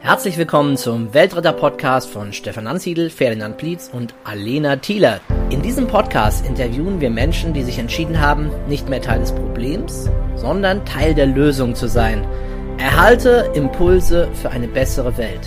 Herzlich willkommen zum Weltretter-Podcast von Stefan Ansiedel, Ferdinand Plietz und Alena Thieler. In diesem Podcast interviewen wir Menschen, die sich entschieden haben, nicht mehr Teil des Problems, sondern Teil der Lösung zu sein. Erhalte Impulse für eine bessere Welt.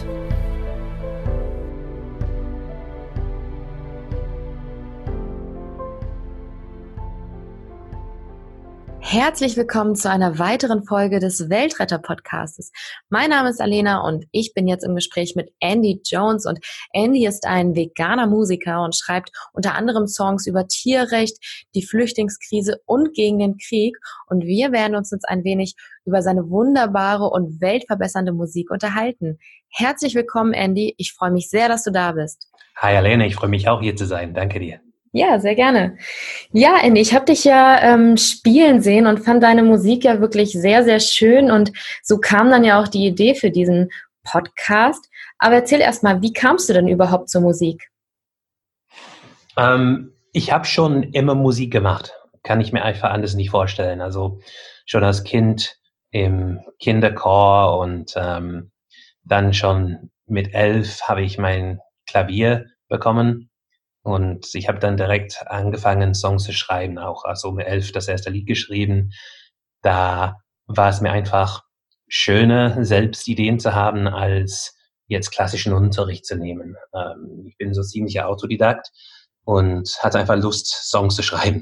Herzlich willkommen zu einer weiteren Folge des Weltretter-Podcasts. Mein Name ist Alena und ich bin jetzt im Gespräch mit Andy Jones. Und Andy ist ein veganer Musiker und schreibt unter anderem Songs über Tierrecht, die Flüchtlingskrise und gegen den Krieg. Und wir werden uns jetzt ein wenig über seine wunderbare und weltverbessernde Musik unterhalten. Herzlich willkommen, Andy. Ich freue mich sehr, dass du da bist. Hi Alena, ich freue mich auch hier zu sein. Danke dir. Ja, sehr gerne. Ja, Andy, ich habe dich ja spielen sehen und fand deine Musik ja wirklich sehr, sehr schön. Und so kam dann ja auch die Idee für diesen Podcast. Aber erzähl erst mal, wie kamst du denn überhaupt zur Musik? Ich habe schon immer Musik gemacht. Kann ich mir einfach anders nicht vorstellen. Also schon als Kind im Kinderchor und dann schon mit 11 habe ich mein Klavier bekommen. Und ich habe dann direkt angefangen, Songs zu schreiben, auch also mit 11 das erste Lied geschrieben. Da war es mir einfach schöner, selbst Ideen zu haben, als jetzt klassischen Unterricht zu nehmen. Ich bin so ziemlicher Autodidakt und hatte einfach Lust, Songs zu schreiben.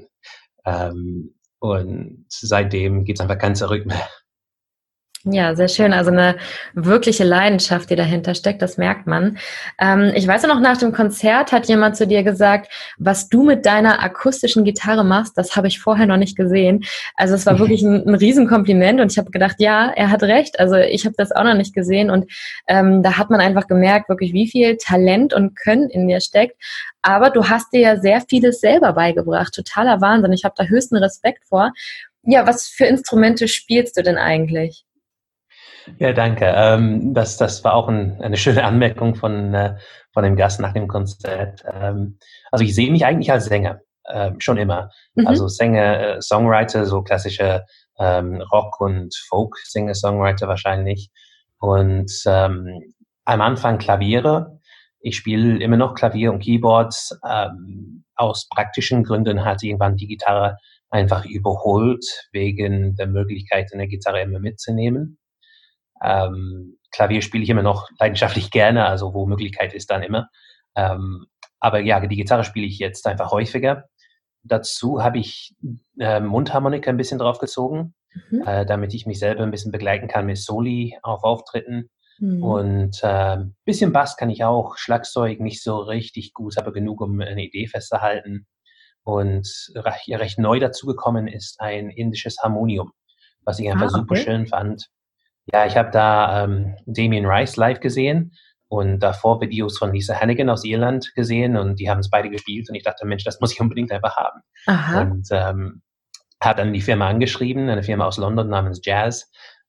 Und seitdem geht's einfach kein Zurück mehr. Ja, sehr schön. Also eine wirkliche Leidenschaft, die dahinter steckt, das merkt man. Ich weiß ja noch, nach dem Konzert hat jemand zu dir gesagt, was du mit deiner akustischen Gitarre machst, das habe ich vorher noch nicht gesehen. Also es war wirklich ein Riesenkompliment und ich habe gedacht, ja, er hat recht. Also ich habe das auch noch nicht gesehen und da hat man einfach gemerkt, wirklich, wie viel Talent und Können in dir steckt. Aber du hast dir ja sehr vieles selber beigebracht. Totaler Wahnsinn. Ich habe da höchsten Respekt vor. Ja, was für Instrumente spielst du denn eigentlich? Ja, danke. Das war auch eine schöne Anmerkung von dem Gast nach dem Konzert. Also ich sehe mich eigentlich als Sänger, schon immer. Mhm. Also Sänger, Songwriter, so klassische Rock- und Folk-Singer-Songwriter wahrscheinlich. Und am Anfang Klaviere. Ich spiele immer noch Klavier und Keyboards. Aus praktischen Gründen hat irgendwann die Gitarre einfach überholt, wegen der Möglichkeit, eine Gitarre immer mitzunehmen. Klavier spiele ich immer noch leidenschaftlich gerne, also wo Möglichkeit ist, dann immer. Aber ja, die Gitarre spiele ich jetzt einfach häufiger. Dazu habe ich Mundharmonika ein bisschen draufgezogen, damit ich mich selber ein bisschen begleiten kann mit Soli auf Auftritten. Und bisschen Bass kann ich auch, Schlagzeug nicht so richtig gut, aber genug, um eine Idee festzuhalten. Und recht neu dazugekommen ist ein indisches Harmonium, was ich einfach super schön fand. Ja, ich habe da Damien Rice live gesehen und davor Videos von Lisa Hannigan aus Irland gesehen und die haben es beide gespielt und ich dachte, Mensch, das muss ich unbedingt einfach haben. Aha. Und habe dann die Firma angeschrieben, eine Firma aus London namens Jazz,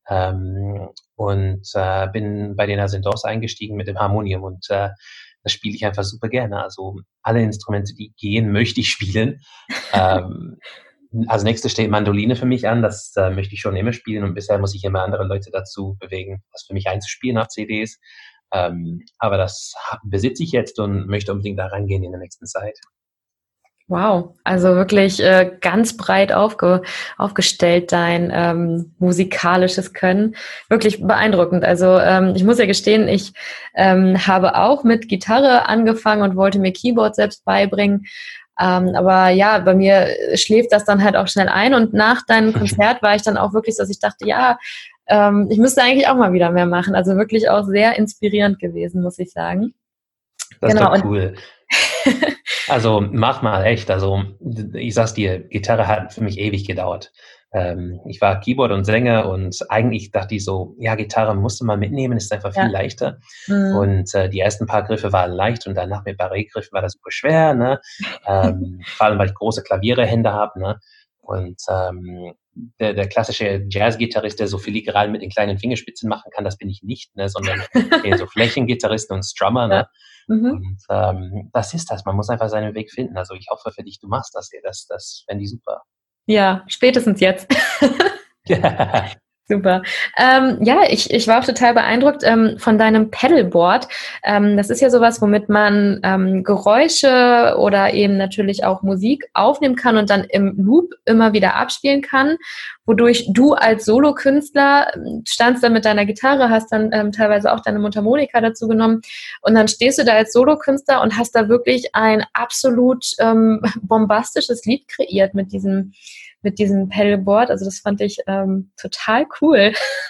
und bin bei denen als Endorse eingestiegen mit dem Harmonium und das spiele ich einfach super gerne. Also alle Instrumente, die gehen, möchte ich spielen. Als nächstes steht Mandoline für mich an, das möchte ich schon immer spielen und bisher muss ich immer andere Leute dazu bewegen, das für mich einzuspielen auf CDs. Aber das besitze ich jetzt und möchte unbedingt da rangehen in der nächsten Zeit. Wow, also wirklich ganz breit aufgestellt dein musikalisches Können. Wirklich beeindruckend. Also ich muss ja gestehen, ich habe auch mit Gitarre angefangen und wollte mir Keyboard selbst beibringen. Aber ja, bei mir schläft das dann halt auch schnell ein und nach deinem Konzert war ich dann auch wirklich so, dass ich dachte, ja, ich müsste eigentlich auch mal wieder mehr machen. Also wirklich auch sehr inspirierend gewesen, muss ich sagen. Das ist doch cool. Also mach mal, echt. Also ich sag's dir, Gitarre hat für mich ewig gedauert. Ich war Keyboard und Sänger und eigentlich dachte ich so, ja, Gitarre musst du mal mitnehmen, ist einfach viel leichter. Und die ersten paar Griffe waren leicht und danach mit Barré-Griffen war das super schwer, ne? Vor allem, weil ich große Klavierehände habe, ne? Und der klassische Jazz-Gitarrist, der so filigran mit den kleinen Fingerspitzen machen kann, das bin ich nicht, ne? Sondern eher so Flächengitarristen und Strummer, ne? Und das ist das, man muss einfach seinen Weg finden. Also ich hoffe für dich, du machst das hier, das fände ich super. Ja, spätestens jetzt. Ja. Super. Ja, ich war auch total beeindruckt von deinem Pedalboard. Das ist ja sowas, womit man Geräusche oder eben natürlich auch Musik aufnehmen kann und dann im Loop immer wieder abspielen kann, wodurch du als Solokünstler standst dann mit deiner Gitarre, hast dann teilweise auch deine Mundharmonika dazu genommen und dann stehst du da als Solokünstler und hast da wirklich ein absolut bombastisches Lied kreiert mit diesem Pedalboard. Also das fand ich total cool.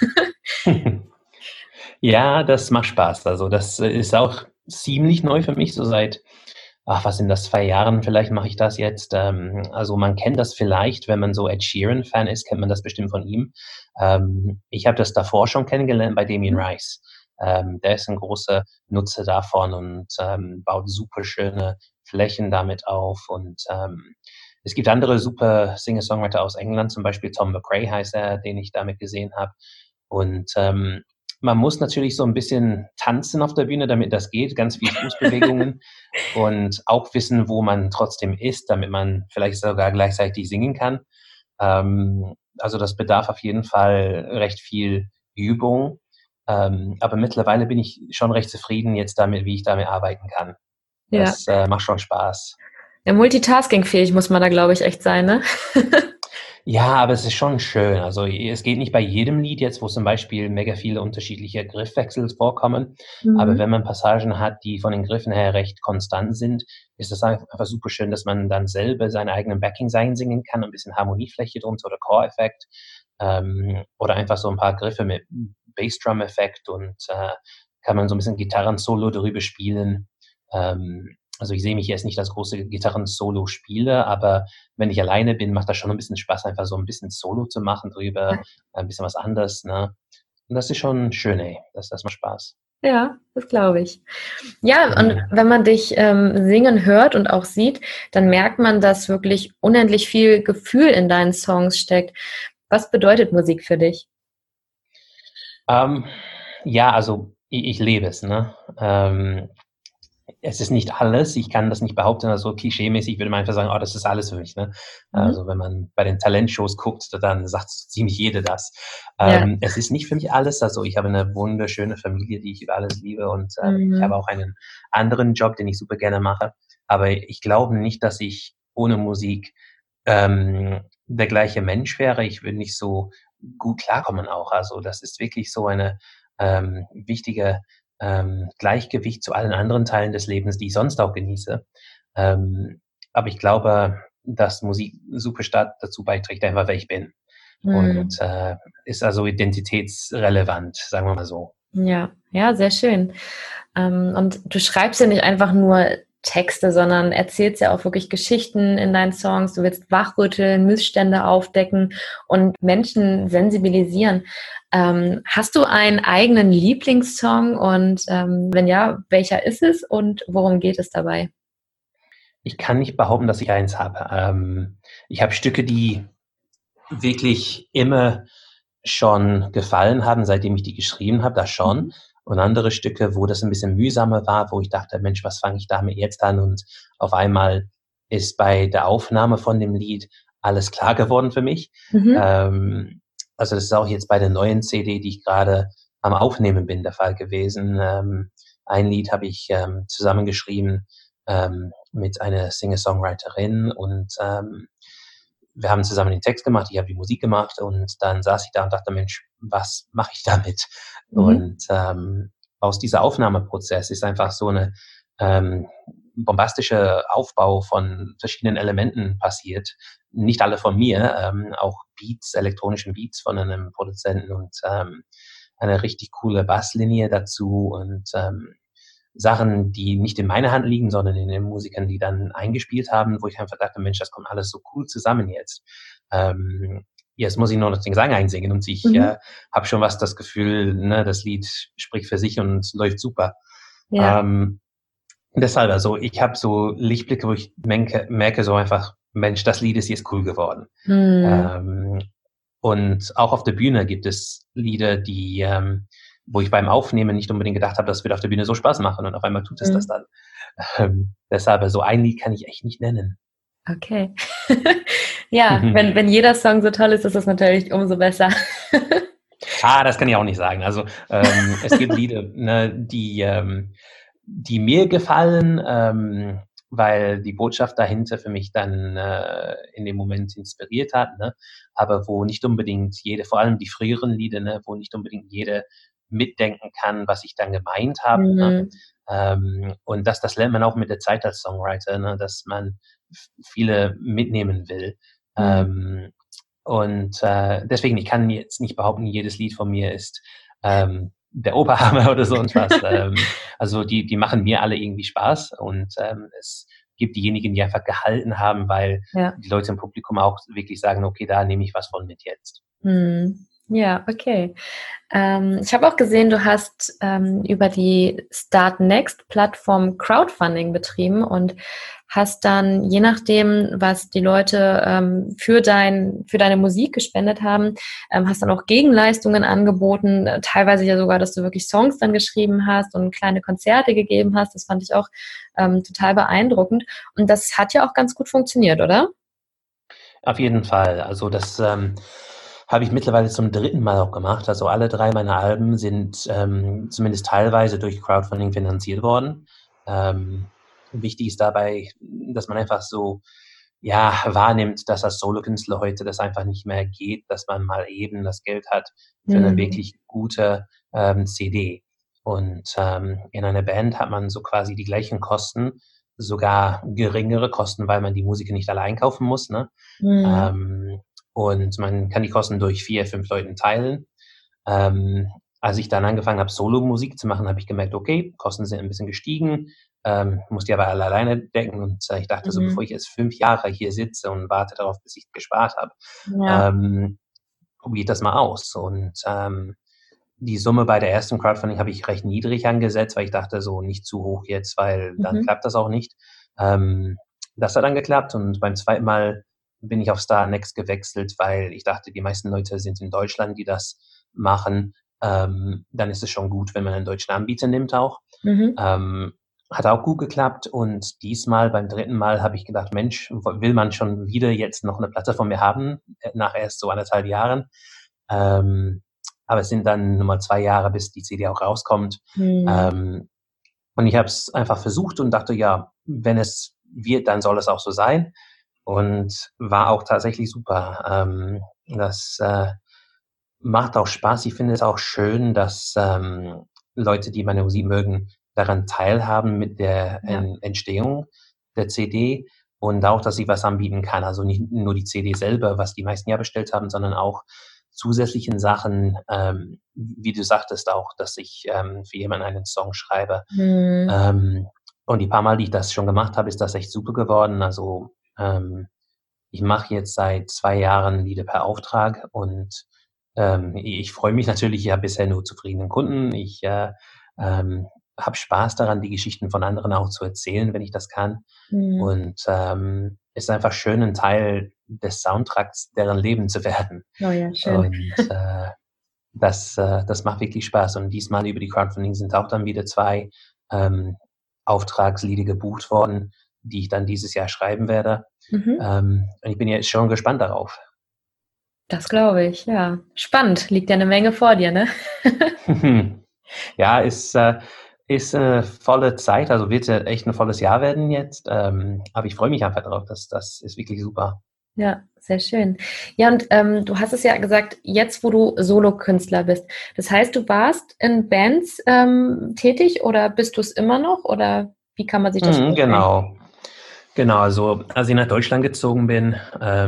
Ja, das macht Spaß. Also das ist auch ziemlich neu für mich, so seit, was sind das, 2 Jahren vielleicht mache ich das jetzt. Also man kennt das vielleicht, wenn man so Ed Sheeran-Fan ist, kennt man das bestimmt von ihm. Ich habe das davor schon kennengelernt bei Damien Rice. Der ist ein großer Nutzer davon und baut super schöne Flächen damit auf und es gibt andere super Singer-Songwriter aus England, zum Beispiel Tom McRae heißt er, den ich damit gesehen habe. Und man muss natürlich so ein bisschen tanzen auf der Bühne, damit das geht, ganz viel Fußbewegungen und auch wissen, wo man trotzdem ist, damit man vielleicht sogar gleichzeitig singen kann. Also das bedarf auf jeden Fall recht viel Übung. Aber mittlerweile bin ich schon recht zufrieden jetzt damit, wie ich damit arbeiten kann. Das macht schon Spaß. Ja, multitaskingfähig muss man da, glaube ich, echt sein, ne? Ja, aber es ist schon schön. Also es geht nicht bei jedem Lied jetzt, wo zum Beispiel mega viele unterschiedliche Griffwechsel vorkommen. Aber wenn man Passagen hat, die von den Griffen her recht konstant sind, ist es einfach super schön, dass man dann selber seine eigenen Backings einsingen kann, ein bisschen Harmoniefläche drunter oder Core-Effekt oder einfach so ein paar Griffe mit Bassdrum-Effekt und kann man so ein bisschen Gitarren-Solo darüber spielen. Also ich sehe mich jetzt nicht als große Gitarren-Solo-Spieler, aber wenn ich alleine bin, macht das schon ein bisschen Spaß, einfach so ein bisschen Solo zu machen drüber, ein bisschen was anderes, ne? Und das ist schon schön, ey. Das macht Spaß. Ja, das glaube ich. Ja, und wenn man dich singen hört und auch sieht, dann merkt man, dass wirklich unendlich viel Gefühl in deinen Songs steckt. Was bedeutet Musik für dich? Ja, also ich lebe es, ne? Es ist nicht alles, ich kann das nicht behaupten, also klischeemäßig würde man einfach sagen, das ist alles für mich, ne? Also wenn man bei den Talentshows guckt, dann sagt ziemlich jeder das. Es ist nicht für mich alles, also ich habe eine wunderschöne Familie, die ich über alles liebe und ich habe auch einen anderen Job, den ich super gerne mache, aber ich glaube nicht, dass ich ohne Musik der gleiche Mensch wäre. Ich würde nicht so gut klarkommen auch, also das ist wirklich so eine wichtige Gleichgewicht zu allen anderen Teilen des Lebens, die ich sonst auch genieße. Aber ich glaube, dass Musik super stark dazu beiträgt, einfach wer ich bin. Und ist also identitätsrelevant, sagen wir mal so. Ja, sehr schön. Und du schreibst ja nicht einfach nur Texte, sondern erzählst ja auch wirklich Geschichten in deinen Songs. Du willst wachrütteln, Missstände aufdecken und Menschen sensibilisieren. Hast du einen eigenen Lieblingssong und wenn ja, welcher ist es und worum geht es dabei? Ich kann nicht behaupten, dass ich eins habe. Ich habe Stücke, die wirklich immer schon gefallen haben, seitdem ich die geschrieben habe, das schon. Und andere Stücke, wo das ein bisschen mühsamer war, wo ich dachte, Mensch, was fange ich damit jetzt an? Und auf einmal ist bei der Aufnahme von dem Lied alles klar geworden für mich. Also das ist auch jetzt bei der neuen CD, die ich gerade am Aufnehmen bin, der Fall gewesen. Ein Lied habe ich zusammengeschrieben mit einer Singer-Songwriterin und wir haben zusammen den Text gemacht, ich habe die Musik gemacht und dann saß ich da und dachte, Mensch, was mache ich damit? Und aus dieser Aufnahmeprozess ist einfach so eine bombastische Aufbau von verschiedenen Elementen passiert. Nicht alle von mir, auch Beats, elektronischen Beats von einem Produzenten und eine richtig coole Basslinie dazu und Sachen, die nicht in meiner Hand liegen, sondern in den Musikern, die dann eingespielt haben, wo ich einfach dachte, Mensch, das kommt alles so cool zusammen jetzt. Jetzt muss ich nur noch den Gesang einsingen und ich habe schon das Gefühl, ne, das Lied spricht für sich und läuft super. Ja. Deshalb, also ich habe so Lichtblicke, wo ich merke so einfach, Mensch, das Lied ist jetzt cool geworden. Und auch auf der Bühne gibt es Lieder, die wo ich beim Aufnehmen nicht unbedingt gedacht habe, das wird auf der Bühne so Spaß machen und auf einmal tut es das dann. Deshalb, so ein Lied kann ich echt nicht nennen. Okay. Ja, wenn jeder Song so toll ist das natürlich umso besser. Das kann ich auch nicht sagen. Also es gibt Lieder, ne, die mir gefallen, weil die Botschaft dahinter für mich dann in dem Moment inspiriert hat, ne? Aber wo nicht unbedingt vor allem die früheren Lieder, ne, wo nicht unbedingt jeder mitdenken kann, was ich dann gemeint habe. Ne? Und das lernt man auch mit der Zeit als Songwriter, ne, dass man viele mitnehmen will. Deswegen, ich kann jetzt nicht behaupten, jedes Lied von mir ist der Oberhammer oder so und was. Also die machen mir alle irgendwie Spaß und es gibt diejenigen, die einfach gehalten haben, weil die Leute im Publikum auch wirklich sagen, okay, da nehme ich was von mit jetzt. Ja, okay. Ich habe auch gesehen, du hast über die Start Next Plattform Crowdfunding betrieben und hast dann, je nachdem, was die Leute für deine Musik gespendet haben, hast dann auch Gegenleistungen angeboten, teilweise ja sogar, dass du wirklich Songs dann geschrieben hast und kleine Konzerte gegeben hast. Das fand ich auch total beeindruckend. Und das hat ja auch ganz gut funktioniert, oder? Auf jeden Fall. Also das habe ich mittlerweile zum 3. Mal auch gemacht. Also alle 3 meiner Alben sind zumindest teilweise durch Crowdfunding finanziert worden. Wichtig ist dabei, dass man einfach so wahrnimmt, dass als Solokünstler heute das einfach nicht mehr geht, dass man mal eben das Geld hat für eine wirklich gute CD. Und in einer Band hat man so quasi die gleichen Kosten, sogar geringere Kosten, weil man die Musik nicht alle einkaufen muss, ne? Und man kann die Kosten durch 4, 5 Leuten teilen. Als ich dann angefangen habe, Solo-Musik zu machen, habe ich gemerkt, okay, Kosten sind ein bisschen gestiegen, musste die aber alle alleine decken. Und ich dachte so, bevor ich jetzt 5 Jahre hier sitze und warte darauf, bis ich gespart habe, probiere ich das mal aus. Und die Summe bei der ersten Crowdfunding habe ich recht niedrig angesetzt, weil ich dachte so, nicht zu hoch jetzt, weil dann klappt das auch nicht. Das hat dann geklappt und beim 2. Mal bin ich auf Start Next gewechselt, weil ich dachte, die meisten Leute sind in Deutschland, die das machen. Dann ist es schon gut, wenn man einen deutschen Anbieter nimmt auch. Hat auch gut geklappt und diesmal, beim 3. Mal, habe ich gedacht, Mensch, will man schon wieder jetzt noch eine Platte von mir haben, nach erst so 1,5 Jahren. Aber es sind dann nochmal 2 Jahre, bis die CD auch rauskommt. Und ich habe es einfach versucht und dachte, ja, wenn es wird, dann soll es auch so sein. Und war auch tatsächlich super. Das macht auch Spaß. Ich finde es auch schön, dass Leute, die meine Musik mögen, daran teilhaben mit der Entstehung der CD und auch, dass ich was anbieten kann. Also nicht nur die CD selber, was die meisten ja bestellt haben, sondern auch zusätzlichen Sachen, wie du sagtest auch, dass ich für jemanden einen Song schreibe. Und die paar Mal, die ich das schon gemacht habe, ist das echt super geworden. Also ich mache jetzt seit 2 Jahren Lieder per Auftrag und ich freue mich natürlich, ich habe bisher nur zufriedenen Kunden. Ich habe Spaß daran, die Geschichten von anderen auch zu erzählen, wenn ich das kann. Und es ist einfach schön, ein Teil des Soundtracks deren Leben zu werden. Oh ja, schön. Und das macht wirklich Spaß. Und diesmal über die Crowdfunding sind auch dann wieder 2 Auftragslieder gebucht worden, die ich dann dieses Jahr schreiben werde. Und ich bin jetzt schon gespannt darauf. Das glaube ich, ja. Spannend. Liegt ja eine Menge vor dir, ne? Ja, ist eine volle Zeit, also wird ja echt ein volles Jahr werden jetzt. Aber ich freue mich einfach drauf. Das ist wirklich super. Ja, sehr schön. Ja, und du hast es ja gesagt, jetzt, wo du Solokünstler bist. Das heißt, du warst in Bands tätig oder bist du es immer noch? Oder wie kann man sich das vorstellen? Genau, also als ich nach Deutschland gezogen bin,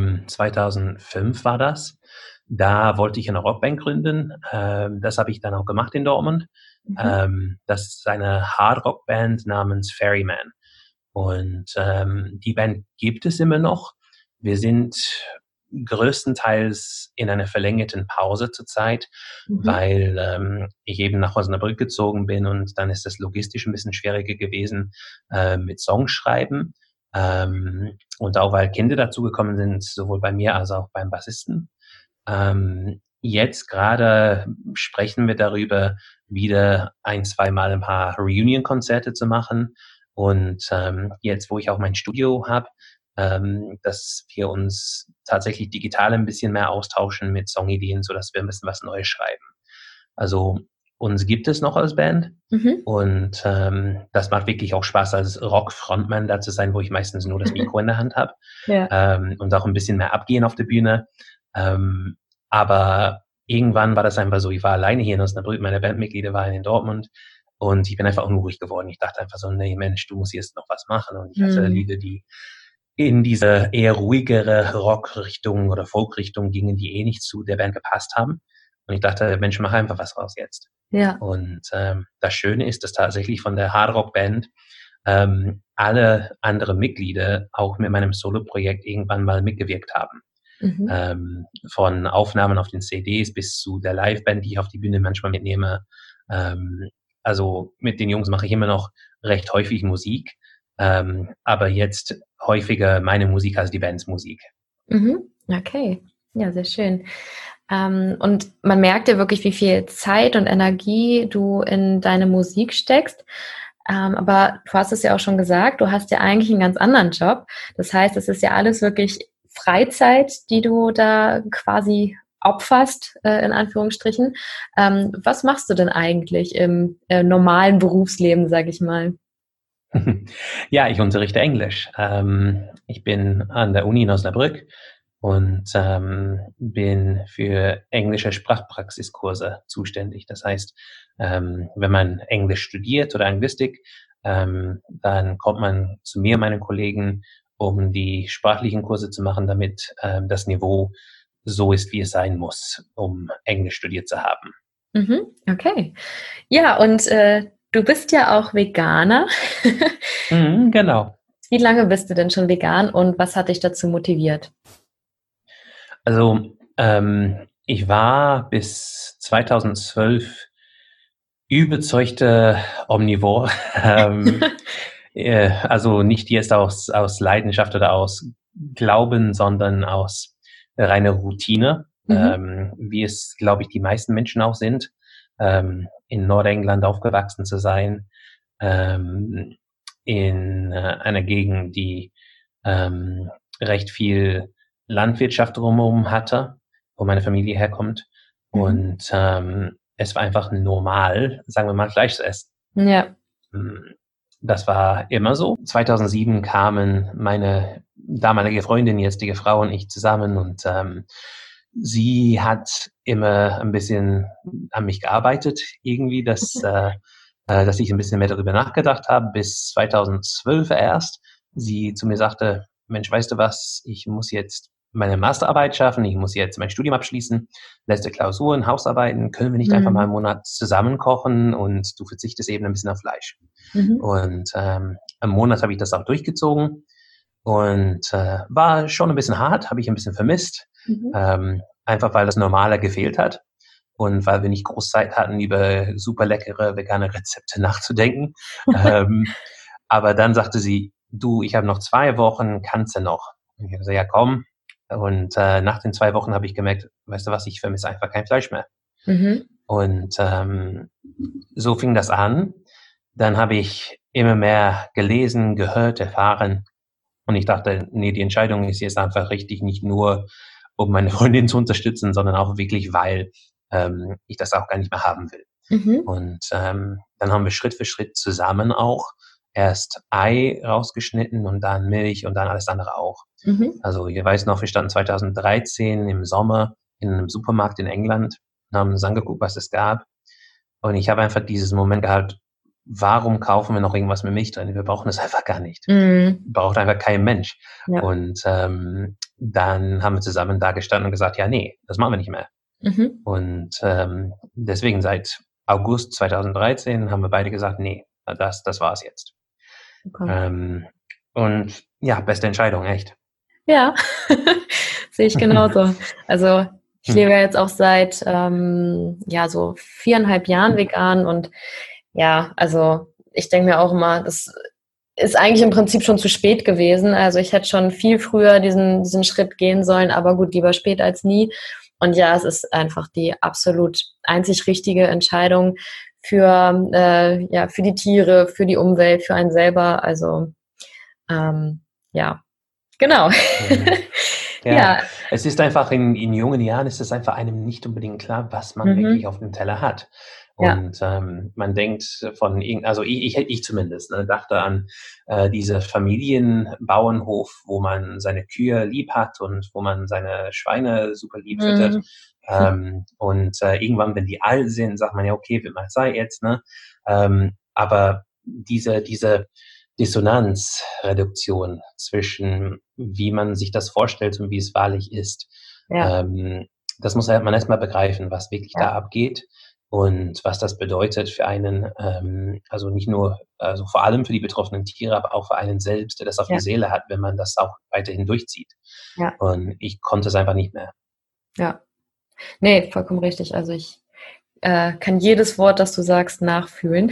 2005 war das, da wollte ich eine Rockband gründen. Das habe ich dann auch gemacht in Dortmund. Das ist eine Hard-Rock-Band namens Ferryman. Und die Band gibt es immer noch. Wir sind größtenteils in einer verlängerten Pause zurzeit, weil ich eben nach Osnabrück gezogen bin und dann ist es logistisch ein bisschen schwieriger gewesen mit Songschreiben. Und auch weil Kinder dazugekommen sind, sowohl bei mir als auch beim Bassisten. Jetzt gerade sprechen wir darüber, wieder 1-2 Mal ein paar Reunion-Konzerte zu machen. Und jetzt, wo ich auch mein Studio habe, dass wir uns tatsächlich digital ein bisschen mehr austauschen mit Songideen, sodass wir ein bisschen was Neues schreiben. Also uns gibt es noch als Band und das macht wirklich auch Spaß, als Rock-Frontman da zu sein, wo ich meistens nur das Mikro in der Hand habe und auch ein bisschen mehr abgehen auf der Bühne. Aber irgendwann war das einfach so, ich war alleine hier in Osnabrück, meine Bandmitglieder waren in Dortmund und ich bin einfach unruhig geworden. Ich dachte einfach so, nee Mensch, du musst jetzt noch was machen. Und ich hatte Lieder, die in diese eher ruhigere Rock-Richtung oder Folk-Richtung gingen, die nicht zu der Band gepasst haben. Und ich dachte, Mensch, mach einfach was raus jetzt. Ja. Und das Schöne ist, dass tatsächlich von der Hardrock-Band alle anderen Mitglieder auch mit meinem Solo-Projekt irgendwann mal mitgewirkt haben. Von Aufnahmen auf den CDs bis zu der Live-Band, die ich auf die Bühne manchmal mitnehme. Also mit den Jungs mache ich immer noch recht häufig Musik, aber jetzt häufiger meine Musik als die Bands Musik. Okay, ja, sehr schön. Und man merkt ja wirklich, wie viel Zeit und Energie du in deine Musik steckst. Aber du hast es ja auch schon gesagt, du hast ja eigentlich einen ganz anderen Job. Das heißt, es ist ja alles wirklich Freizeit, die du da quasi opferst, in Anführungsstrichen. Was machst du denn eigentlich im normalen Berufsleben, sag ich mal? Ja, ich unterrichte Englisch. Ich bin an der Uni in Osnabrück und bin für englische Sprachpraxiskurse zuständig. Das heißt, wenn man Englisch studiert oder Anglistik, dann kommt man zu mir, meinen Kollegen, um die sprachlichen Kurse zu machen, damit das Niveau so ist, wie es sein muss, um Englisch studiert zu haben. Okay. Ja, und du bist ja auch Veganer. Genau. Wie lange bist du denn schon vegan und was hat dich dazu motiviert? Also ich war bis 2012 überzeugter Omnivore. Also nicht jetzt aus Leidenschaft oder aus Glauben, sondern aus reiner Routine, wie es, glaube ich, die meisten Menschen auch sind, in Nordengland aufgewachsen zu sein, in einer Gegend, die recht viel Landwirtschaft drumherum hatte, wo meine Familie herkommt. Und es war einfach normal, sagen wir mal, Fleisch zu essen. Ja. Das war immer so. 2007 kamen meine damalige Freundin, jetzige Frau und ich zusammen und sie hat immer ein bisschen an mich gearbeitet, irgendwie, dass ich ein bisschen mehr darüber nachgedacht habe, bis 2012 erst. Sie zu mir sagte, Mensch, weißt du was, ich muss jetzt meine Masterarbeit schaffen, ich muss jetzt mein Studium abschließen, letzte Klausuren, Hausarbeiten, können wir nicht einfach mal einen Monat zusammen kochen und du verzichtest eben ein bisschen auf Fleisch. Und einen Monat habe ich das auch durchgezogen und war schon ein bisschen hart, habe ich ein bisschen vermisst, einfach weil das Normale gefehlt hat und weil wir nicht groß Zeit hatten, über super leckere vegane Rezepte nachzudenken. Aber dann sagte sie, du, ich habe noch 2 Wochen, kannst du noch? Und ich habe gesagt, ja komm. Und nach den 2 Wochen habe ich gemerkt, weißt du was, ich vermisse einfach kein Fleisch mehr. Und so fing das an. Dann habe ich immer mehr gelesen, gehört, erfahren. Und ich dachte, nee, die Entscheidung ist jetzt einfach richtig, nicht nur, um meine Freundin zu unterstützen, sondern auch wirklich, weil ich das auch gar nicht mehr haben will. Und dann haben wir Schritt für Schritt zusammen auch erst Ei rausgeschnitten und dann Milch und dann alles andere auch. Also ich weiß noch, wir standen 2013 im Sommer in einem Supermarkt in England und haben uns angeguckt, was es gab. Und ich habe einfach dieses Moment gehabt, warum kaufen wir noch irgendwas mit Milch drin? Wir brauchen das einfach gar nicht. Braucht einfach kein Mensch. Ja. Und dann haben wir zusammen da gestanden und gesagt, ja, nee, das machen wir nicht mehr. Und deswegen seit August 2013 haben wir beide gesagt, nee, das war's jetzt. Okay. Und ja, beste Entscheidung, echt. Ja, sehe ich genauso. Also ich lebe ja jetzt auch seit so 4,5 Jahren vegan und ja, also ich denke mir auch immer, das ist eigentlich im Prinzip schon zu spät gewesen. Also ich hätte schon viel früher diesen Schritt gehen sollen, aber gut, lieber spät als nie. Und ja, es ist einfach die absolut einzig richtige Entscheidung für die Tiere, für die Umwelt, für einen selber. Also ja, genau. Ja, es ist einfach in jungen Jahren ist es einfach einem nicht unbedingt klar, was man wirklich auf dem Teller hat. Und man denkt also ich zumindest, ne, dachte an diese Familienbauernhof, wo man seine Kühe lieb hat und wo man seine Schweine super lieb füttert. Irgendwann, wenn die alt sind, sagt man ja, okay, wird mal Zeit jetzt, ne? Aber diese Dissonanzreduktion zwischen wie man sich das vorstellt und wie es wahrlich ist, das muss man erstmal begreifen, was wirklich da abgeht und was das bedeutet für einen, also nicht nur, also vor allem für die betroffenen Tiere, aber auch für einen selbst, der das auf die Seele hat, wenn man das auch weiterhin durchzieht. Ja. Und ich konnte es einfach nicht mehr. Ja. Nee, vollkommen richtig. Also ich kann jedes Wort, das du sagst, nachfühlen.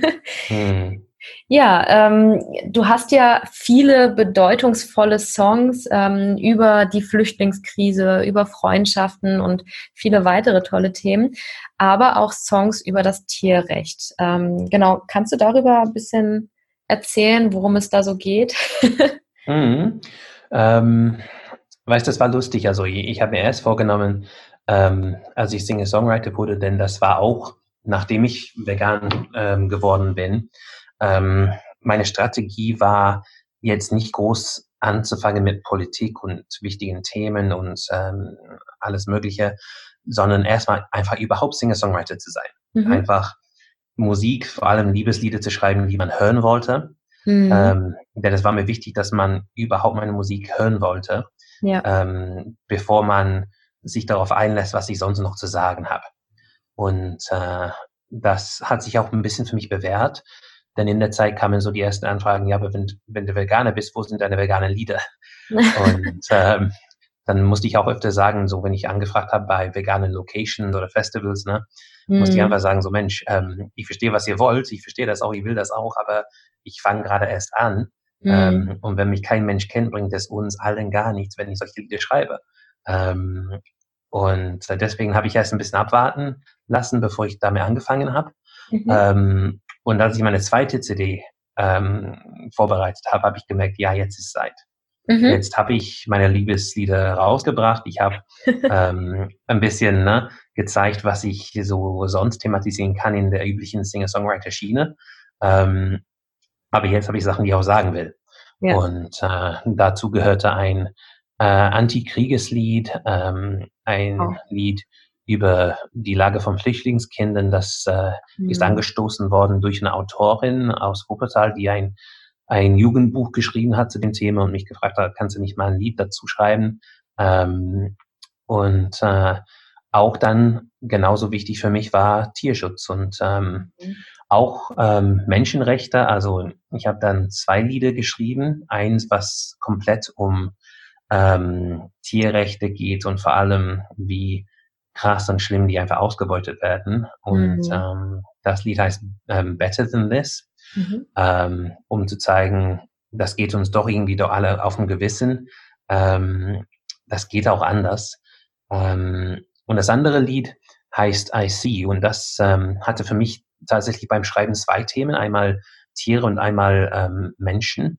Ja, du hast ja viele bedeutungsvolle Songs über die Flüchtlingskrise, über Freundschaften und viele weitere tolle Themen, aber auch Songs über das Tierrecht. Genau, kannst du darüber ein bisschen erzählen, worum es da so geht? Weißt du, das war lustig. Also ich habe mir erst vorgenommen, als ich Singer-Songwriter wurde, denn das war auch, nachdem ich vegan geworden bin, meine Strategie war jetzt nicht groß anzufangen mit Politik und wichtigen Themen und alles Mögliche, sondern erstmal einfach überhaupt Singer-Songwriter zu sein. Einfach Musik, vor allem Liebeslieder zu schreiben, die man hören wollte. Denn es war mir wichtig, dass man überhaupt meine Musik hören wollte, bevor man sich darauf einlässt, was ich sonst noch zu sagen habe. Und das hat sich auch ein bisschen für mich bewährt, denn in der Zeit kamen so die ersten Anfragen, ja, aber wenn du Veganer bist, wo sind deine veganen Lieder? Und dann musste ich auch öfter sagen, so wenn ich angefragt habe bei veganen Locations oder Festivals, ne, musste ich einfach sagen, so Mensch, ich verstehe, was ihr wollt, ich verstehe das auch, ich will das auch, aber ich fange gerade erst an. Und wenn mich kein Mensch kennt, bringt es uns allen gar nichts, wenn ich solche Lieder schreibe. Und deswegen habe ich erst ein bisschen abwarten lassen, bevor ich damit angefangen habe. Und als ich meine zweite CD vorbereitet habe, habe ich gemerkt, ja, jetzt ist Zeit. Jetzt habe ich meine Liebeslieder rausgebracht. Ich habe ein bisschen gezeigt, was ich so sonst thematisieren kann in der üblichen Singer-Songwriter-Schiene. Aber jetzt habe ich Sachen, die ich auch sagen will. Ja. Und dazu gehörte ein Antikriegeslied, ein Lied über die Lage von Flüchtlingskindern. Das ist angestoßen worden durch eine Autorin aus Wuppertal, die ein Jugendbuch geschrieben hat zu dem Thema und mich gefragt hat, kannst du nicht mal ein Lied dazu schreiben? Auch dann genauso wichtig für mich war Tierschutz und auch Menschenrechte. Also ich habe dann 2 Lieder geschrieben. Eins, was komplett um Tierrechte geht und vor allem, wie krass und schlimm die einfach ausgebeutet werden. Und das Lied heißt Better Than This, um zu zeigen, das geht uns doch irgendwie doch alle auf dem Gewissen. Das geht auch anders. Und das andere Lied heißt I See und das hatte für mich tatsächlich beim Schreiben 2 Themen, einmal Tiere und einmal Menschen.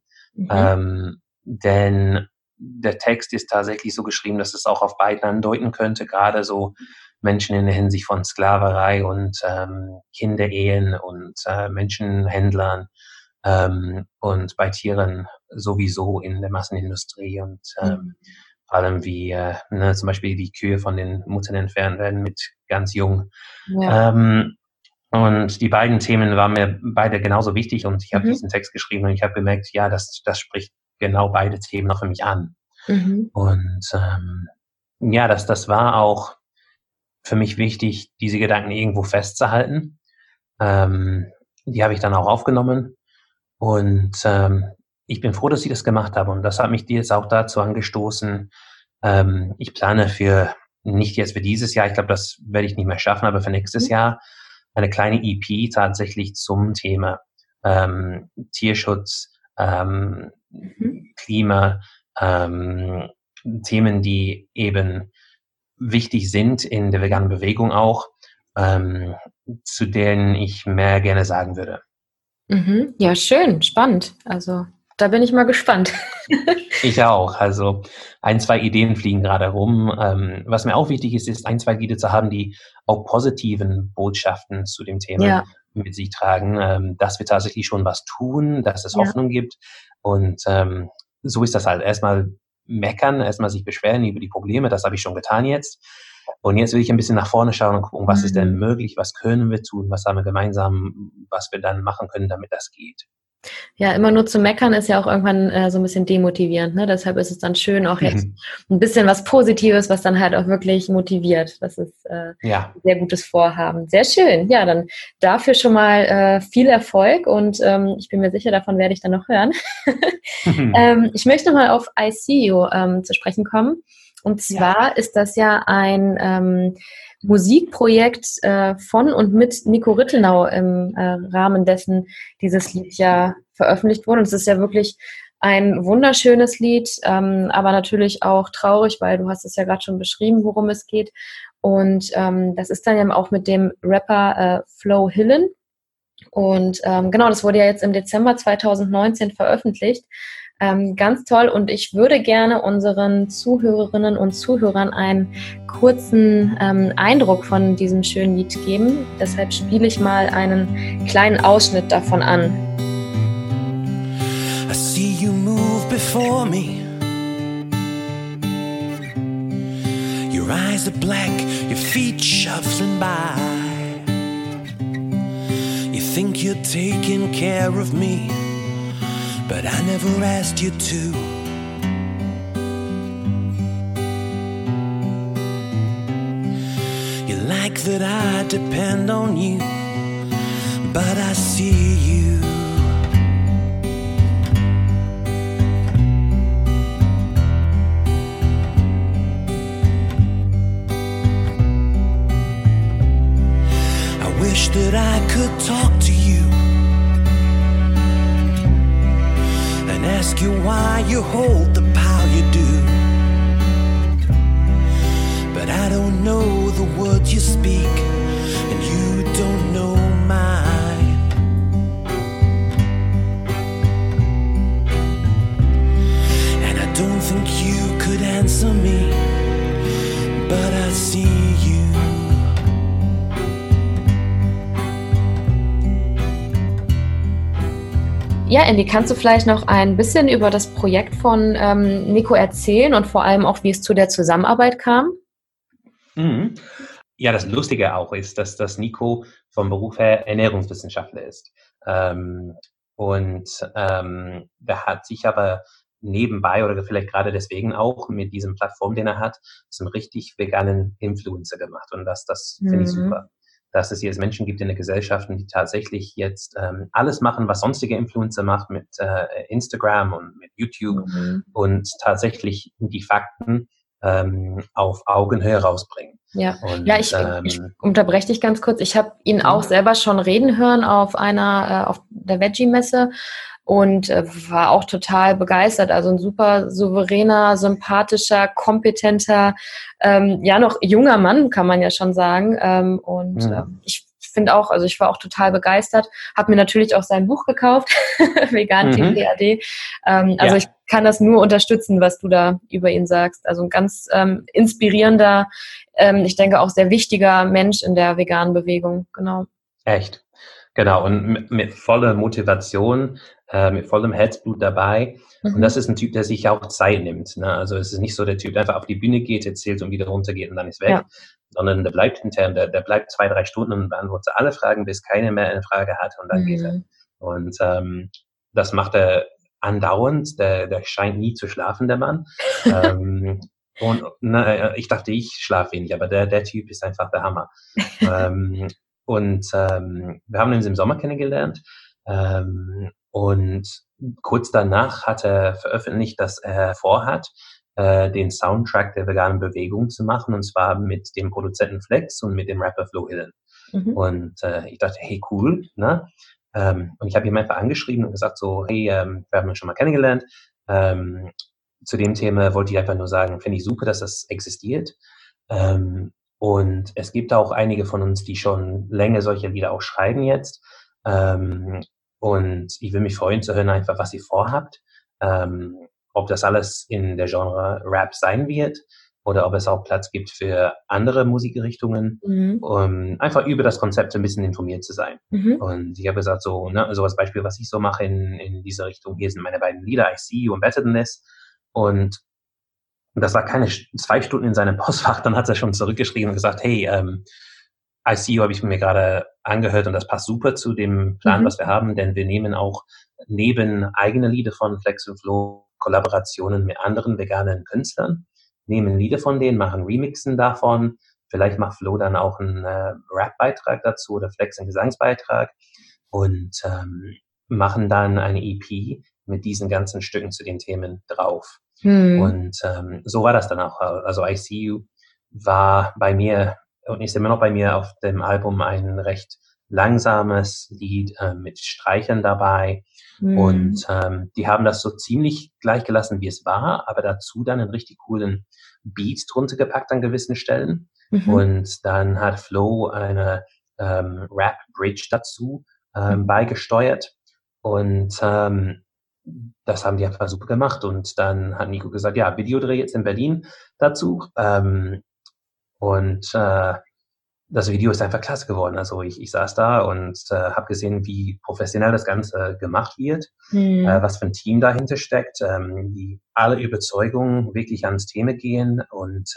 Denn der Text ist tatsächlich so geschrieben, dass es auch auf beiden andeuten könnte, gerade so Menschen in der Hinsicht von Sklaverei und Kinderehen und Menschenhändlern und bei Tieren sowieso in der Massenindustrie und vor allem wie zum Beispiel die Kühe von den Muttern entfernt werden mit ganz jung. Ja. Und die beiden Themen waren mir beide genauso wichtig und ich habe diesen Text geschrieben und ich habe gemerkt, ja, das spricht genau beide Themen auch für mich an. Und ja, das war auch für mich wichtig, diese Gedanken irgendwo festzuhalten. Die habe ich dann auch aufgenommen und ich bin froh, dass ich das gemacht habe und das hat mich jetzt auch dazu angestoßen. Ich plane nicht jetzt für dieses Jahr, ich glaube, das werde ich nicht mehr schaffen, aber für nächstes Jahr eine kleine EP tatsächlich zum Thema Tierschutz, Klima, Themen, die eben wichtig sind in der veganen Bewegung auch, zu denen ich mehr gerne sagen würde. Ja, schön, spannend. Also da bin ich mal gespannt. Ich auch. Also 1, 2 Ideen fliegen gerade rum. Was mir auch wichtig ist, 1, 2 Lieder zu haben, die auch positiven Botschaften zu dem Thema mit sich tragen, dass wir tatsächlich schon was tun, dass es Hoffnung gibt. Und so ist das halt. Erstmal meckern, erstmal sich beschweren über die Probleme, das habe ich schon getan jetzt. Und jetzt will ich ein bisschen nach vorne schauen und gucken, was ist denn möglich, was können wir tun, was haben wir gemeinsam, was wir dann machen können, damit das geht. Ja, immer nur zu meckern ist ja auch irgendwann so ein bisschen demotivierend, ne? Deshalb ist es dann schön, auch jetzt ein bisschen was Positives, was dann halt auch wirklich motiviert. Das ist ein sehr gutes Vorhaben. Sehr schön. Ja, dann dafür schon mal viel Erfolg und ich bin mir sicher, davon werde ich dann noch hören. Ich möchte mal auf I See You zu sprechen kommen. Und zwar ist das ja ein Musikprojekt von und mit Nico Rittenau im Rahmen dessen dieses Lied ja veröffentlicht wurde. Und es ist ja wirklich ein wunderschönes Lied, aber natürlich auch traurig, weil du hast es ja gerade schon beschrieben, worum es geht. Und das ist dann ja auch mit dem Rapper Flo Hillen. Und genau, das wurde ja jetzt im Dezember 2019 veröffentlicht. Ganz toll, und ich würde gerne unseren Zuhörerinnen und Zuhörern einen kurzen Eindruck von diesem schönen Lied geben. Deshalb spiele ich mal einen kleinen Ausschnitt davon an. I see you move before me. Your eyes are black, your feet shuffling by. You think you're taking care of me, but I never asked you to. You like that I depend on you, but I see you. I wish that I could talk to you, ask you why you hold the power you do, but I don't know the words you speak, and you don't know mine. And I don't think you could answer me, but I see you. Ja, Andy, kannst du vielleicht noch ein bisschen über das Projekt von Nico erzählen und vor allem auch, wie es zu der Zusammenarbeit kam? Ja, das Lustige auch ist, dass Nico vom Beruf her Ernährungswissenschaftler ist. Der hat sich aber nebenbei oder vielleicht gerade deswegen auch mit diesem Plattform, den er hat, zum richtig veganen Influencer gemacht. Und das finde ich super. Dass es jetzt Menschen gibt in der Gesellschaft, die tatsächlich jetzt alles machen, was sonstige Influencer macht mit Instagram und mit YouTube und tatsächlich die Fakten auf Augenhöhe rausbringen. Ja, und, ich unterbreche dich ganz kurz. Ich habe ihn auch selber schon reden hören auf der Veggie-Messe und war auch total begeistert. Also ein super souveräner, sympathischer, kompetenter, noch junger Mann, kann man ja schon sagen. Ich finde auch, also ich war auch total begeistert, habe mir natürlich auch sein Buch gekauft, Vegan TPAD. Ich kann das nur unterstützen, was du da über ihn sagst. Also ein ganz inspirierender, ich denke auch sehr wichtiger Mensch in der veganen Bewegung, genau. Echt, genau, und mit voller Motivation, mit vollem Herzblut dabei. Und das ist ein Typ, der sich auch Zeit nimmt. Ne? Also es ist nicht so der Typ, der einfach auf die Bühne geht, erzählt und wieder runtergeht und dann ist weg, sondern der bleibt hinterher, der bleibt 2, 3 Stunden und beantwortet alle Fragen, bis keiner mehr eine Frage hat und dann geht er. Und das macht er andauernd, der scheint nie zu schlafen, der Mann. Ich dachte, ich schlafe wenig, aber der Typ ist einfach der Hammer. Wir haben uns im Sommer kennengelernt und kurz danach hat er veröffentlicht, dass er vorhat, den Soundtrack der veganen Bewegung zu machen, und zwar mit dem Produzenten Flex und mit dem Rapper Flo Hillen. Und ich dachte, hey, cool, ne? Und ich habe ihn einfach angeschrieben und gesagt so, hey, wir haben uns schon mal kennengelernt. Zu dem Thema wollte ich einfach nur sagen, finde ich super, dass das existiert. Und es gibt auch einige von uns, die schon länger solche Lieder auch schreiben jetzt. Und ich will mich freuen zu hören einfach, was ihr vorhabt. ob das alles in der Genre Rap sein wird oder ob es auch Platz gibt für andere Musikrichtungen, um einfach über das Konzept ein bisschen informiert zu sein. Und ich habe gesagt, so als Beispiel, was ich so mache in dieser Richtung, hier sind meine beiden Lieder, I See You und Better Than This. Und das war keine 2 Stunden in seinem Postfach, dann hat er schon zurückgeschrieben und gesagt, hey, I See You habe ich mir gerade angehört und das passt super zu dem Plan, was wir haben, denn wir nehmen auch neben eigene Lieder von Flex und Flo Kollaborationen mit anderen veganen Künstlern, nehmen Lieder von denen, machen Remixen davon, vielleicht macht Flo dann auch einen Rap-Beitrag dazu oder Flex einen Gesangsbeitrag und machen dann eine EP mit diesen ganzen Stücken zu den Themen drauf. Und so war das dann auch. Also I See You war bei mir und ist immer noch bei mir auf dem Album ein recht langsames Lied mit Streichern dabei. Und die haben das so ziemlich gleich gelassen, wie es war, aber dazu dann einen richtig coolen Beat drunter gepackt an gewissen Stellen. Und dann hat Flo eine Rap-Bridge dazu beigesteuert. Und das haben die einfach super gemacht. Und dann hat Nico gesagt, ja, Videodreh jetzt in Berlin dazu. Das Video ist einfach klasse geworden. Also ich saß da und habe gesehen, wie professionell das Ganze gemacht wird, was für ein Team dahinter steckt, wie alle Überzeugungen wirklich ans Thema gehen und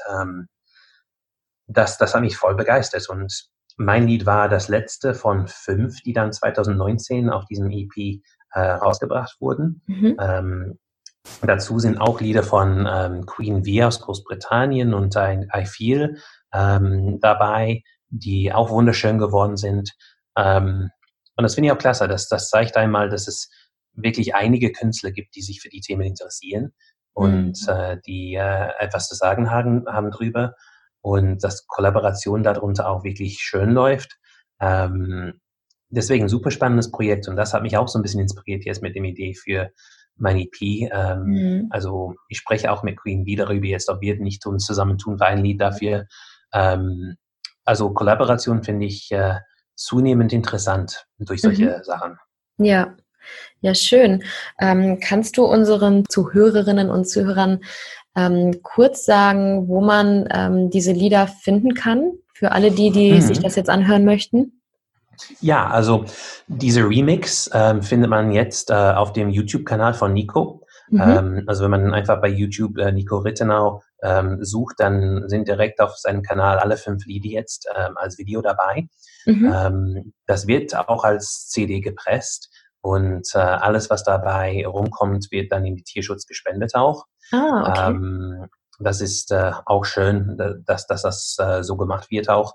das hat mich voll begeistert. Und mein Lied war das letzte von 5, die dann 2019 auf diesem EP rausgebracht wurden. Dazu sind auch Lieder von Queen V aus Großbritannien und ein I Feel dabei, die auch wunderschön geworden sind. Und das finde ich auch klasse. Das zeigt einmal, dass es wirklich einige Künstler gibt, die sich für die Themen interessieren und die etwas zu sagen haben drüber und dass Kollaboration darunter auch wirklich schön läuft. Deswegen super spannendes Projekt und das hat mich auch so ein bisschen inspiriert jetzt mit der Idee für mein EP. Also ich spreche auch mit Queen V darüber jetzt, ob wir nicht uns zusammentun für ein Lied dafür. Also Kollaboration finde ich zunehmend interessant durch solche Sachen. Ja, schön. Kannst du unseren Zuhörerinnen und Zuhörern kurz sagen, wo man diese Lieder finden kann? Für alle die sich das jetzt anhören möchten? Ja, also diese Remix findet man jetzt auf dem YouTube-Kanal von Nico. Also wenn man einfach bei YouTube Nico Rittenau sucht, dann sind direkt auf seinem Kanal alle 5 Lieder jetzt als Video dabei. Das wird auch als CD gepresst und alles, was dabei rumkommt, wird dann in die Tierschutz gespendet auch. Okay. Das ist auch schön, dass das so gemacht wird auch.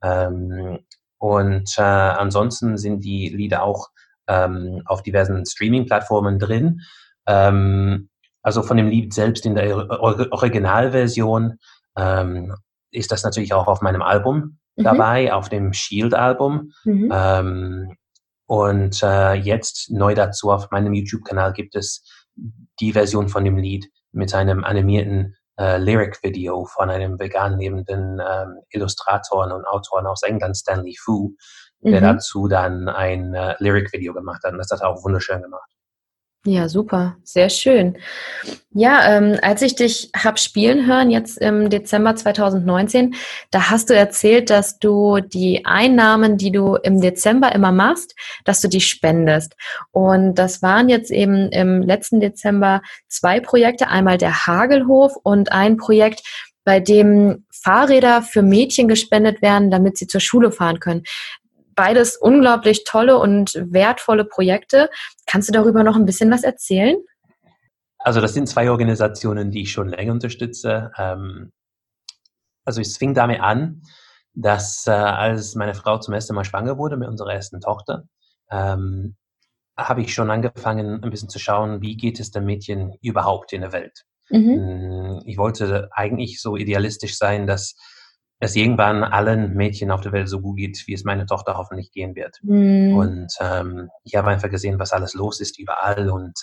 Und ansonsten sind die Lieder auch auf diversen Streaming-Plattformen drin. Also von dem Lied selbst in der Originalversion ist das natürlich auch auf meinem Album dabei, auf dem Shield-Album. Und jetzt neu dazu auf meinem YouTube-Kanal gibt es die Version von dem Lied mit einem animierten Lyric-Video von einem vegan lebenden Illustrator und Autoren aus England, Stanley Fu, der dazu dann ein Lyric-Video gemacht hat. Und das hat er auch wunderschön gemacht. Ja, super. Sehr schön. Ja, als ich dich hab spielen hören, jetzt im Dezember 2019, da hast du erzählt, dass du die Einnahmen, die du im Dezember immer machst, dass du die spendest. Und das waren jetzt eben im letzten Dezember 2 Projekte, einmal der Hagelhof und ein Projekt, bei dem Fahrräder für Mädchen gespendet werden, damit sie zur Schule fahren können. Beides unglaublich tolle und wertvolle Projekte. Kannst du darüber noch ein bisschen was erzählen? Also das sind 2 Organisationen, die ich schon länger unterstütze. Also es fing damit an, dass als meine Frau zum ersten Mal schwanger wurde mit unserer ersten Tochter, habe ich schon angefangen, ein bisschen zu schauen, wie geht es den Mädchen überhaupt in der Welt. Ich wollte eigentlich so idealistisch sein, dass es irgendwann allen Mädchen auf der Welt so gut geht, wie es meine Tochter hoffentlich gehen wird. Und ich habe einfach gesehen, was alles los ist überall und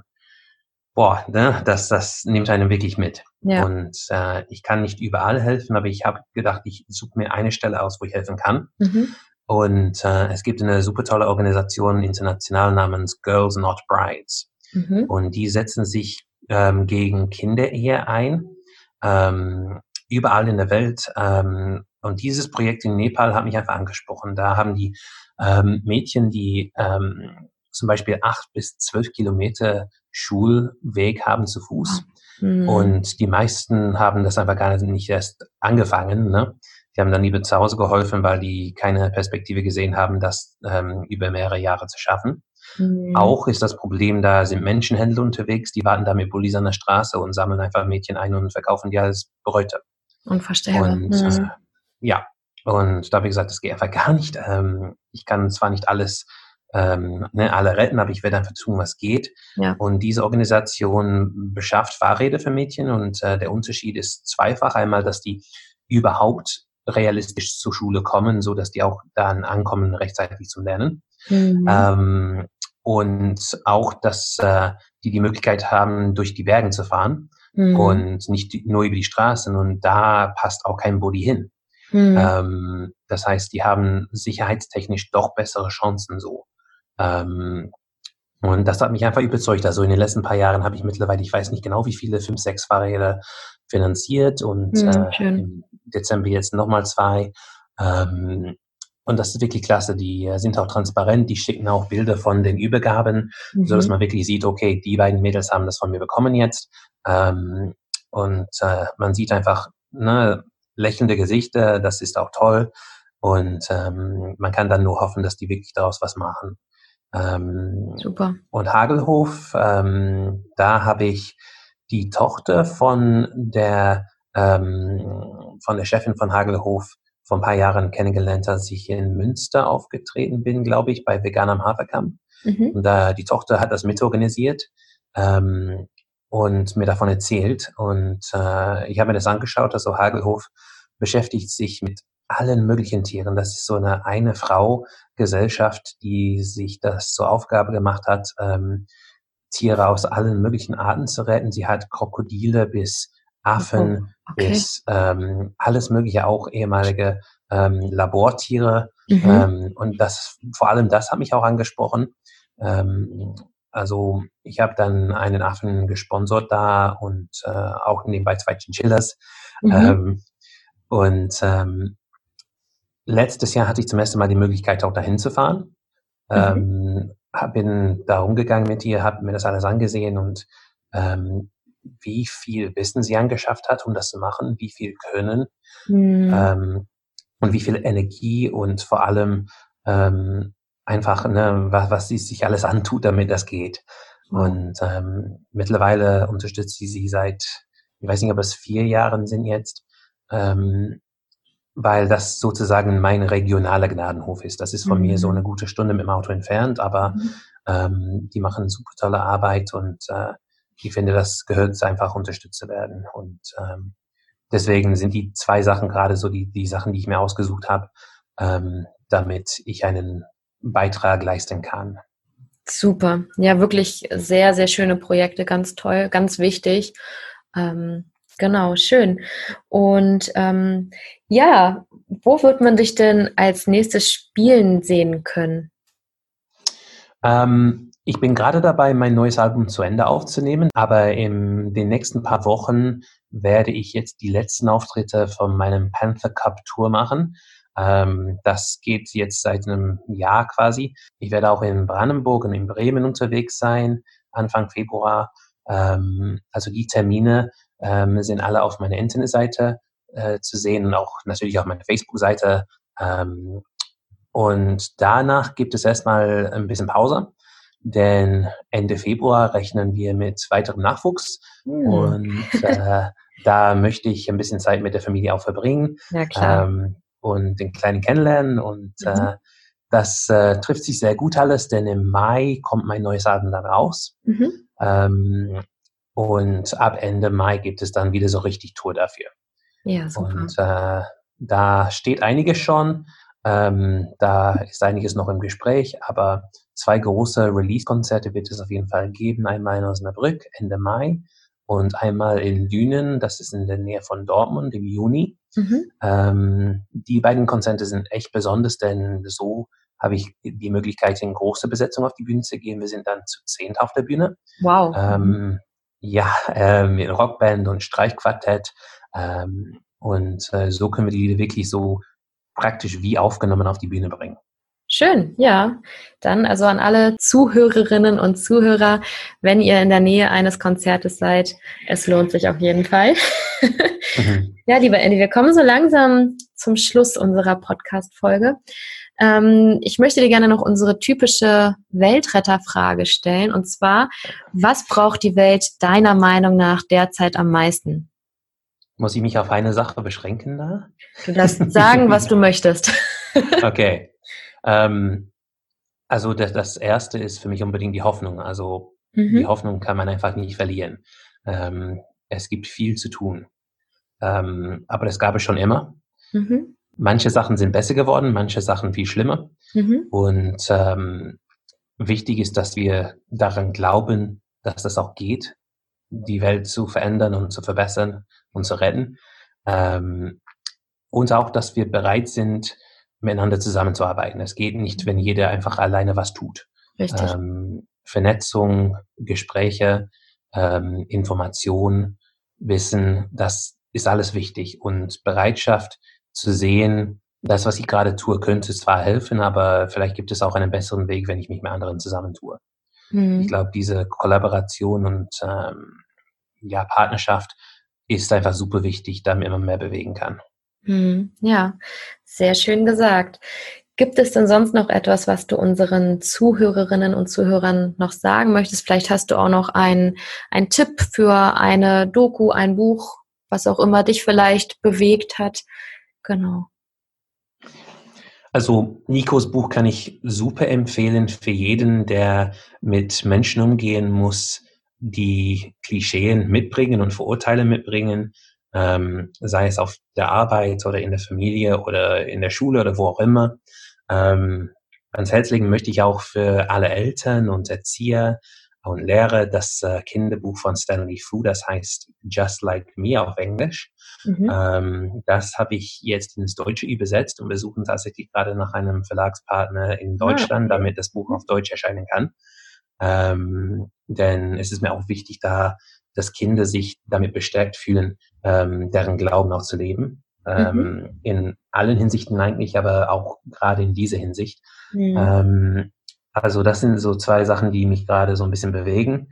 das nimmt einen wirklich mit. Ja. Und ich kann nicht überall helfen, aber ich habe gedacht, ich suche mir eine Stelle aus, wo ich helfen kann. Und es gibt eine super tolle Organisation international namens Girls Not Brides. Und die setzen sich gegen Kinderehe ein, überall in der Welt. Und dieses Projekt in Nepal hat mich einfach angesprochen. Da haben die Mädchen, die zum Beispiel 8 bis 12 Kilometer Schulweg haben zu Fuß. Und die meisten haben das einfach gar nicht erst angefangen. Ne? Die haben dann lieber zu Hause geholfen, weil die keine Perspektive gesehen haben, das über mehrere Jahre zu schaffen. Auch ist das Problem, da sind Menschenhändler unterwegs, die warten da mit Bullis an der Straße und sammeln einfach Mädchen ein und verkaufen die als Bräute. Unvorstellbar. Und ja, und da habe ich gesagt, das geht einfach gar nicht. Ich kann zwar nicht alles alle retten, aber ich werde einfach tun, was geht. Ja. Und diese Organisation beschafft Fahrräder für Mädchen und der Unterschied ist zweifach. Einmal, dass die überhaupt realistisch zur Schule kommen, so dass die auch dann ankommen rechtzeitig zum Lernen. Und auch, dass die Möglichkeit haben, durch die Berge zu fahren und nicht nur über die Straßen. Und da passt auch kein Bulli hin. Das heißt, die haben sicherheitstechnisch doch bessere Chancen so. Und das hat mich einfach überzeugt. Also in den letzten paar Jahren habe ich mittlerweile, ich weiß nicht genau wie viele, 5, 6 Fahrräder finanziert und im Dezember jetzt nochmal 2. Und das ist wirklich klasse. Die sind auch transparent. Die schicken auch Bilder von den Übergaben, so dass man wirklich sieht, okay, die beiden Mädels haben das von mir bekommen jetzt. Und man sieht einfach lächelnde Gesichter. Das ist auch toll. Und man kann dann nur hoffen, dass die wirklich daraus was machen. Super. Und Hagelhof, da habe ich die Tochter von der Chefin von Hagelhof vor ein paar Jahren kennengelernt, als ich in Münster aufgetreten bin, glaube ich, bei Vegan am Haferkamp. Und die Tochter hat das mitorganisiert und mir davon erzählt. Und ich habe mir das angeschaut. Also Hagelhof beschäftigt sich mit allen möglichen Tieren. Das ist so eine Frau-Gesellschaft, die sich das zur Aufgabe gemacht hat, Tiere aus allen möglichen Arten zu retten. Sie hat Krokodile bis Affen bis alles Mögliche, auch ehemalige Labortiere. Und vor allem das hat mich auch angesprochen. Also ich habe dann einen Affen gesponsert da und auch nebenbei 2 Chinchillas. Letztes Jahr hatte ich zum ersten Mal die Möglichkeit, auch dahin zu fahren. Bin da rumgegangen mit ihr, habe mir das alles angesehen und wie viel Wissen sie angeschafft hat, um das zu machen, wie viel Können und wie viel Energie und vor allem einfach, was sie sich alles antut, damit das geht. Und mittlerweile unterstützt sie seit, ich weiß nicht, ob es 4 Jahren sind jetzt, weil das sozusagen mein regionaler Gnadenhof ist. Das ist von mir so eine gute Stunde mit dem Auto entfernt, aber die machen super tolle Arbeit und ich finde, das gehört einfach unterstützt zu werden. Und deswegen sind die 2 Sachen gerade so die Sachen, die ich mir ausgesucht habe, damit ich einen Beitrag leisten kann. Super. Ja, wirklich sehr, sehr schöne Projekte, ganz toll, ganz wichtig. Genau, schön. Und ja, wo wird man dich denn als nächstes spielen sehen können? Ich bin gerade dabei, mein neues Album zu Ende aufzunehmen, aber in den nächsten paar Wochen werde ich jetzt die letzten Auftritte von meinem Panther Cup Tour machen. Das geht jetzt seit einem Jahr quasi. Ich werde auch in Brandenburg und in Bremen unterwegs sein, Anfang Februar. Also die Termine sind alle auf meiner Internetseite zu sehen und auch natürlich auf meiner Facebook-Seite. Und danach gibt es erstmal ein bisschen Pause, denn Ende Februar rechnen wir mit weiterem Nachwuchs und da möchte ich ein bisschen Zeit mit der Familie auch verbringen. Ja, klar. Und den Kleinen kennenlernen und das trifft sich sehr gut alles, denn im Mai kommt mein neues Album dann raus. Und ab Ende Mai gibt es dann wieder so richtig Tour dafür. Ja, super. Und da steht einiges schon. Da ist einiges noch im Gespräch, aber 2 große Release-Konzerte wird es auf jeden Fall geben. Einmal in Osnabrück Ende Mai und einmal in Lünen, das ist in der Nähe von Dortmund im Juni. Die beiden Konzerte sind echt besonders, denn so habe ich die Möglichkeit, in große Besetzung auf die Bühne zu gehen. Wir sind dann zu 10 auf der Bühne. Wow. Mit Rockband und Streichquartett. So können wir die Lieder wirklich so praktisch wie aufgenommen auf die Bühne bringen. Schön, ja. Dann also an alle Zuhörerinnen und Zuhörer, wenn ihr in der Nähe eines Konzertes seid, es lohnt sich auf jeden Fall. Ja, lieber Andy, wir kommen so langsam zum Schluss unserer Podcast-Folge. Ich möchte dir gerne noch unsere typische Weltretterfrage stellen. Und zwar, was braucht die Welt deiner Meinung nach derzeit am meisten? Muss ich mich auf eine Sache beschränken da? Du darfst sagen, was du möchtest. Okay. Also das Erste ist für mich unbedingt die Hoffnung. Also die Hoffnung kann man einfach nicht verlieren. Es gibt viel zu tun. Aber das gab es schon immer. Manche Sachen sind besser geworden, manche Sachen viel schlimmer. Und wichtig ist, dass wir daran glauben, dass das auch geht, die Welt zu verändern und zu verbessern und zu retten. Und auch, dass wir bereit sind, miteinander zusammenzuarbeiten. Es geht nicht, wenn jeder einfach alleine was tut. Richtig. Vernetzung, Gespräche, Information, Wissen, das ist alles wichtig. Und Bereitschaft zu sehen, das, was ich gerade tue, könnte zwar helfen, aber vielleicht gibt es auch einen besseren Weg, wenn ich mich mit anderen zusammentue. Ich glaube, diese Kollaboration und Partnerschaft ist einfach super wichtig, damit man mehr bewegen kann. Ja, sehr schön gesagt. Gibt es denn sonst noch etwas, was du unseren Zuhörerinnen und Zuhörern noch sagen möchtest? Vielleicht hast du auch noch einen Tipp für eine Doku, ein Buch, was auch immer dich vielleicht bewegt hat. Genau. Also Nikos Buch kann ich super empfehlen für jeden, der mit Menschen umgehen muss, die Klischeen mitbringen und Vorurteile mitbringen. Sei es auf der Arbeit oder in der Familie oder in der Schule oder wo auch immer. Ans Herz legen möchte ich auch für alle Eltern und Erzieher und Lehrer das Kinderbuch von Stanley Fu, das heißt Just Like Me auf Englisch. Das habe ich jetzt ins Deutsche übersetzt und wir suchen tatsächlich gerade nach einem Verlagspartner in Deutschland, damit das Buch auf Deutsch erscheinen kann. Denn es ist mir auch wichtig, dass Kinder sich damit bestärkt fühlen, deren Glauben auch zu leben. In allen Hinsichten eigentlich, aber auch gerade in dieser Hinsicht. Also das sind so 2 Sachen, die mich gerade so ein bisschen bewegen.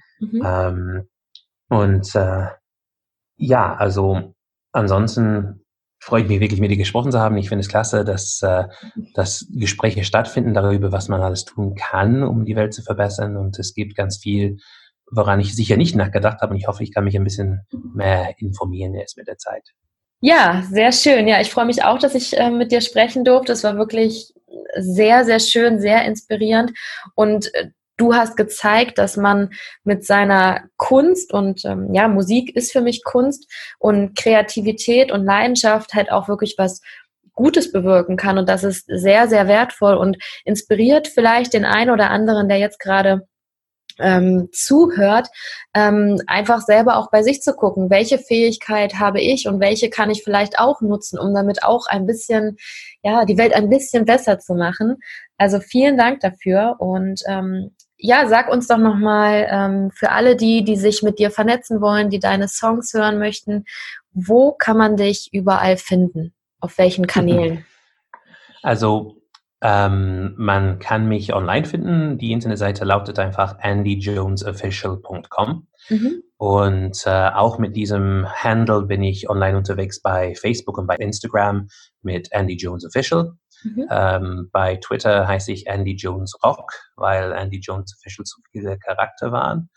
Also ansonsten freue ich mich wirklich, mit dir gesprochen zu haben. Ich finde es klasse, dass Gespräche stattfinden darüber, was man alles tun kann, um die Welt zu verbessern. Und es gibt ganz viel, woran ich sicher nicht nachgedacht habe. Und ich hoffe, ich kann mich ein bisschen mehr informieren jetzt mit der Zeit. Ja, sehr schön. Ja, ich freue mich auch, dass ich mit dir sprechen durfte. Es war wirklich sehr, sehr schön, sehr inspirierend. Und du hast gezeigt, dass man mit seiner Kunst und Musik ist für mich Kunst und Kreativität und Leidenschaft halt auch wirklich was Gutes bewirken kann. Und das ist sehr, sehr wertvoll und inspiriert vielleicht den einen oder anderen, der jetzt gerade zuhört, einfach selber auch bei sich zu gucken, welche Fähigkeit habe ich und welche kann ich vielleicht auch nutzen, um damit auch ein bisschen, die Welt ein bisschen besser zu machen. Also vielen Dank dafür und sag uns doch nochmal für alle die sich mit dir vernetzen wollen, die deine Songs hören möchten, wo kann man dich überall finden? Auf welchen Kanälen? Also man kann mich online finden. Die Internetseite lautet einfach andyjonesofficial.com. Und auch mit diesem Handle bin ich online unterwegs bei Facebook und bei Instagram mit Andy Jones Official. Bei Twitter heiße ich Andy Jones Rock, weil Andy Jones Official zu viele Charakter waren.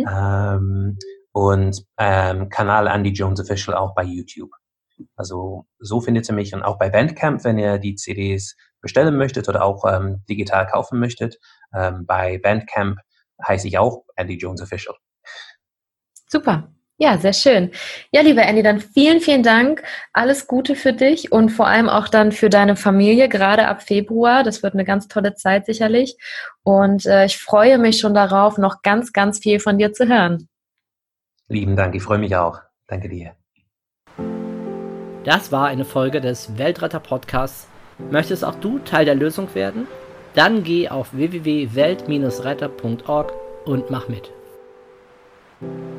Kanal Andy Jones Official auch bei YouTube. Also so findet ihr mich und auch bei Bandcamp, wenn ihr die CDs bestellen möchtet oder auch digital kaufen möchtet. Bei Bandcamp heiße ich auch Andy Jones Official. Super. Ja, sehr schön. Ja, lieber Andy, dann vielen, vielen Dank. Alles Gute für dich und vor allem auch dann für deine Familie, gerade ab Februar. Das wird eine ganz tolle Zeit sicherlich. Und ich freue mich schon darauf, noch ganz, ganz viel von dir zu hören. Lieben Dank, ich freue mich auch. Danke dir. Das war eine Folge des Weltretter Podcasts. Möchtest auch du Teil der Lösung werden? Dann geh auf www.welt-reiter.org und mach mit.